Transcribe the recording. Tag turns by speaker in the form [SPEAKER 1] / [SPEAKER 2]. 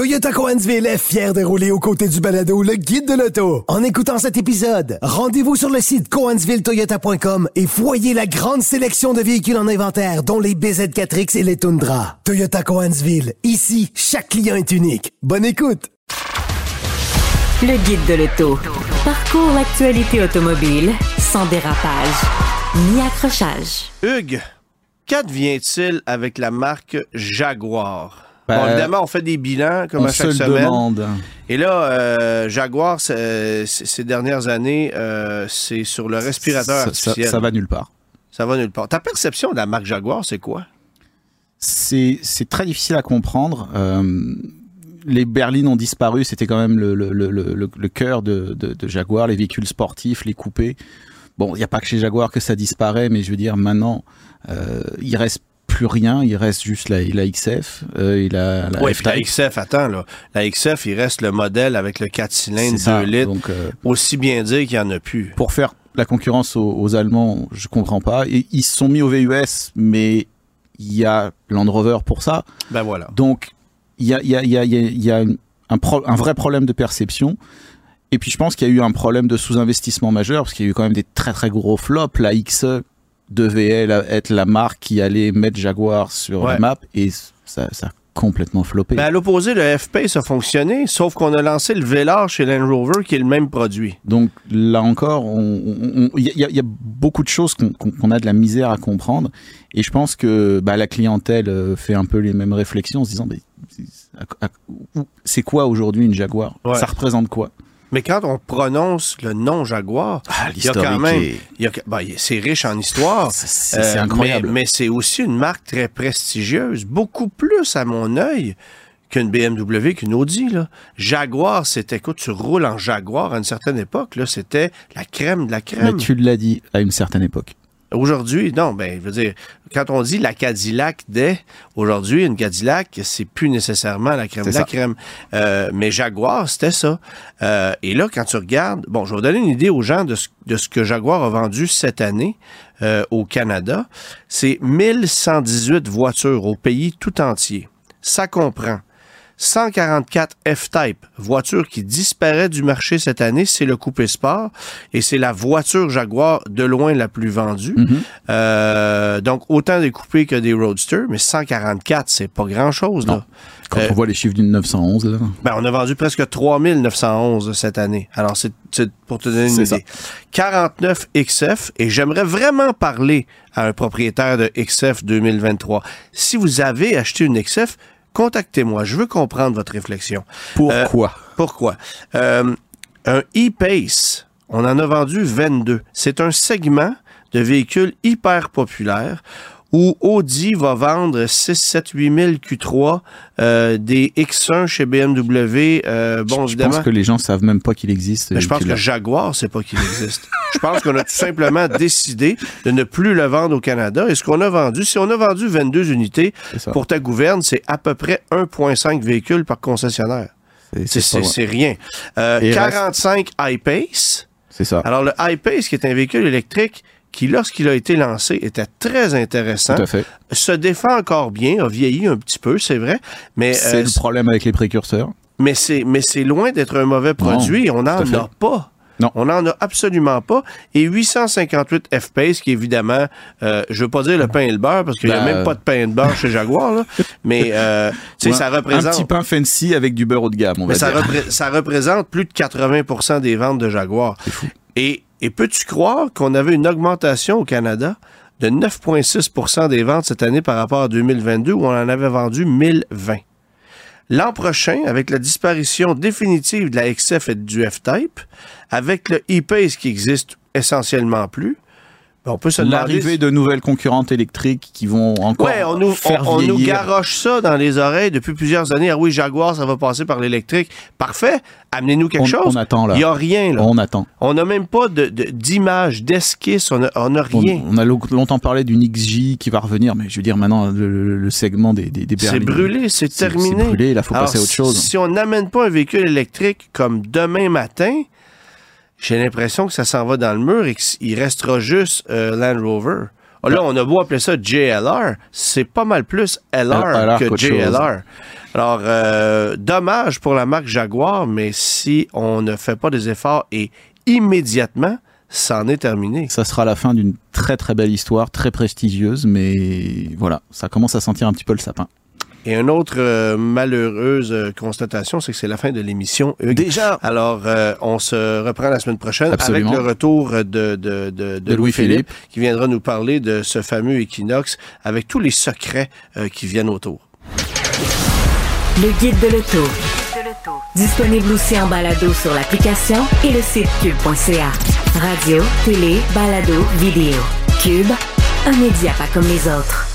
[SPEAKER 1] Toyota Cohensville est fier de rouler aux côtés du balado Le Guide de l'auto. En écoutant cet épisode, rendez-vous sur le site cohensvilletoyota.com et voyez la grande sélection de véhicules en inventaire, dont les BZ4X et les Tundra. Toyota Cohensville. Ici, chaque client est unique. Bonne écoute!
[SPEAKER 2] Le Guide de l'auto. Parcours l'actualité automobile sans dérapage ni accrochage.
[SPEAKER 3] Hugues, qu'advient-il avec la marque Jaguar? Bon, évidemment, on fait des bilans comme à chaque semaine. Demande. Et là, Jaguar, ces dernières années, c'est sur le respirateur artificiel.
[SPEAKER 4] Ça va nulle part.
[SPEAKER 3] Ça va nulle part. Ta perception de la marque Jaguar, c'est quoi?
[SPEAKER 4] C'est très difficile à comprendre. Les berlines ont disparu, c'était quand même le cœur de Jaguar, les véhicules sportifs, les coupés. Bon, il n'y a pas que chez Jaguar que ça disparaît, mais je veux dire, maintenant, il reste plus rien, il reste juste la XF.
[SPEAKER 3] Oui, puis la XF, attends, là. La XF, il reste le modèle avec le 4 cylindres, 2 litres. Donc, aussi bien dire qu'il n'y en a plus.
[SPEAKER 4] Pour faire la concurrence aux Allemands, je comprends pas. Et ils se sont mis au VUS, mais il y a Land Rover pour ça.
[SPEAKER 3] Ben voilà.
[SPEAKER 4] Donc, il y a un vrai problème de perception. Et puis, je pense qu'il y a eu un problème de sous-investissement majeur, parce qu'il y a eu quand même des très, très gros flops. La XE devait être la marque qui allait mettre Jaguar sur la map, et ça a complètement floppé.
[SPEAKER 3] Ben à l'opposé, le F-Pace a fonctionné, sauf qu'on a lancé le Velar chez Land Rover, qui est le même produit.
[SPEAKER 4] Donc là encore, il y a beaucoup de choses qu'on a de la misère à comprendre, et je pense que la clientèle fait un peu les mêmes réflexions en se disant c'est quoi aujourd'hui une Jaguar? Ça représente quoi?
[SPEAKER 3] Mais quand on prononce le nom Jaguar, il y a quand même, c'est riche en histoire.
[SPEAKER 4] C'est incroyable.
[SPEAKER 3] Mais c'est aussi une marque très prestigieuse, beaucoup plus à mon œil qu'une BMW, qu'une Audi, là. Jaguar, écoute, tu roules en Jaguar à une certaine époque, là, c'était la crème de la crème.
[SPEAKER 4] Mais tu l'as dit, à une certaine époque.
[SPEAKER 3] Aujourd'hui, non, je veux dire, quand on dit la Cadillac aujourd'hui, une Cadillac, c'est plus nécessairement la crème de la crème. Mais Jaguar, c'était ça. Et là, quand tu regardes, je vais vous donner une idée aux gens de ce que Jaguar a vendu cette année au Canada. C'est 1118 voitures au pays tout entier. Ça comprend 144 F-Type, voiture qui disparaît du marché cette année, c'est le coupé sport, et c'est la voiture Jaguar de loin la plus vendue. Donc, autant des coupés que des roadsters, mais 144, c'est pas grand-chose, là.
[SPEAKER 4] Quand on voit les chiffres d'une 911, là.
[SPEAKER 3] On a vendu presque 3911 cette année. Alors, c'est pour te donner une idée. Ça. 49 XF, et j'aimerais vraiment parler à un propriétaire de XF 2023. Si vous avez acheté une XF, contactez-moi, je veux comprendre votre réflexion.
[SPEAKER 4] Pourquoi?
[SPEAKER 3] Un E-Pace, on en a vendu 22. C'est un segment de véhicules hyper populaire où Audi va vendre 6, 7, 8 000 Q3, des X1 chez BMW.
[SPEAKER 4] Je pense que les gens savent même pas qu'il existe.
[SPEAKER 3] Mais je pense que Jaguar sait pas qu'il existe. Je pense qu'on a tout simplement décidé de ne plus le vendre au Canada. Et ce qu'on a vendu, si on a vendu 22 unités, pour ta gouverne, c'est à peu près 1,5 véhicules par concessionnaire. C'est rien. 45 I-Pace.
[SPEAKER 4] C'est ça.
[SPEAKER 3] Alors, le I-Pace, qui est un véhicule électrique, qui, lorsqu'il a été lancé, était très intéressant.
[SPEAKER 4] Tout à fait.
[SPEAKER 3] Se défend encore bien, a vieilli un petit peu, c'est vrai. Mais
[SPEAKER 4] c'est le problème avec les précurseurs.
[SPEAKER 3] Mais c'est loin d'être un mauvais produit. On n'en a pas.
[SPEAKER 4] Non.
[SPEAKER 3] On n'en a absolument pas. Et 858 F-Pace, qui évidemment, je veux pas dire le pain et le beurre, parce qu'il n'y a même pas de pain et de beurre chez Jaguar, là. Mais, ça représente...
[SPEAKER 4] Un petit pain fancy avec du beurre haut de gamme, on va dire.
[SPEAKER 3] Ça représente plus de 80% des ventes de Jaguar.
[SPEAKER 4] C'est fou.
[SPEAKER 3] Et peux-tu croire qu'on avait une augmentation au Canada de 9,6% des ventes cette année par rapport à 2022, où on en avait vendu 1020. L'an prochain, avec la disparition définitive de la XF et du F-Type, avec le E-Pace qui existe essentiellement plus, on peut se demander...
[SPEAKER 4] L'arrivée de nouvelles concurrentes électriques qui vont encore
[SPEAKER 3] on nous garoche ça dans les oreilles depuis plusieurs années. Ah oui, Jaguar, ça va passer par l'électrique. Parfait. Amenez-nous quelque chose.
[SPEAKER 4] On attend, là.
[SPEAKER 3] Il n'y a rien, là.
[SPEAKER 4] On attend.
[SPEAKER 3] On n'a même pas d'image, d'esquisse. On n'a rien.
[SPEAKER 4] On a longtemps parlé d'une XJ qui va revenir, mais je veux dire, maintenant, le segment des berlines...
[SPEAKER 3] C'est brûlé, c'est terminé.
[SPEAKER 4] C'est brûlé, là, il faut passer à autre chose.
[SPEAKER 3] Si on n'amène pas un véhicule électrique comme demain matin... J'ai l'impression que ça s'en va dans le mur et qu'il restera juste Land Rover. Là, on a beau appeler ça JLR, c'est pas mal plus LR que JLR. Alors, dommage pour la marque Jaguar, mais si on ne fait pas des efforts et immédiatement, ça en est terminé.
[SPEAKER 4] Ça sera la fin d'une très très belle histoire, très prestigieuse, mais voilà, ça commence à sentir un petit peu le sapin.
[SPEAKER 3] Et une autre malheureuse constatation, c'est que c'est la fin de l'émission, Hugues.
[SPEAKER 4] Déjà!
[SPEAKER 3] Alors, on se reprend la semaine prochaine.
[SPEAKER 4] Absolument.
[SPEAKER 3] Avec le retour de Louis-Philippe, qui viendra nous parler de ce fameux Equinox avec tous les secrets qui viennent autour.
[SPEAKER 2] Le guide de l'auto. Disponible aussi en balado sur l'application et le site cube.ca. Radio, télé, balado, vidéo. Cube, un média pas comme les autres.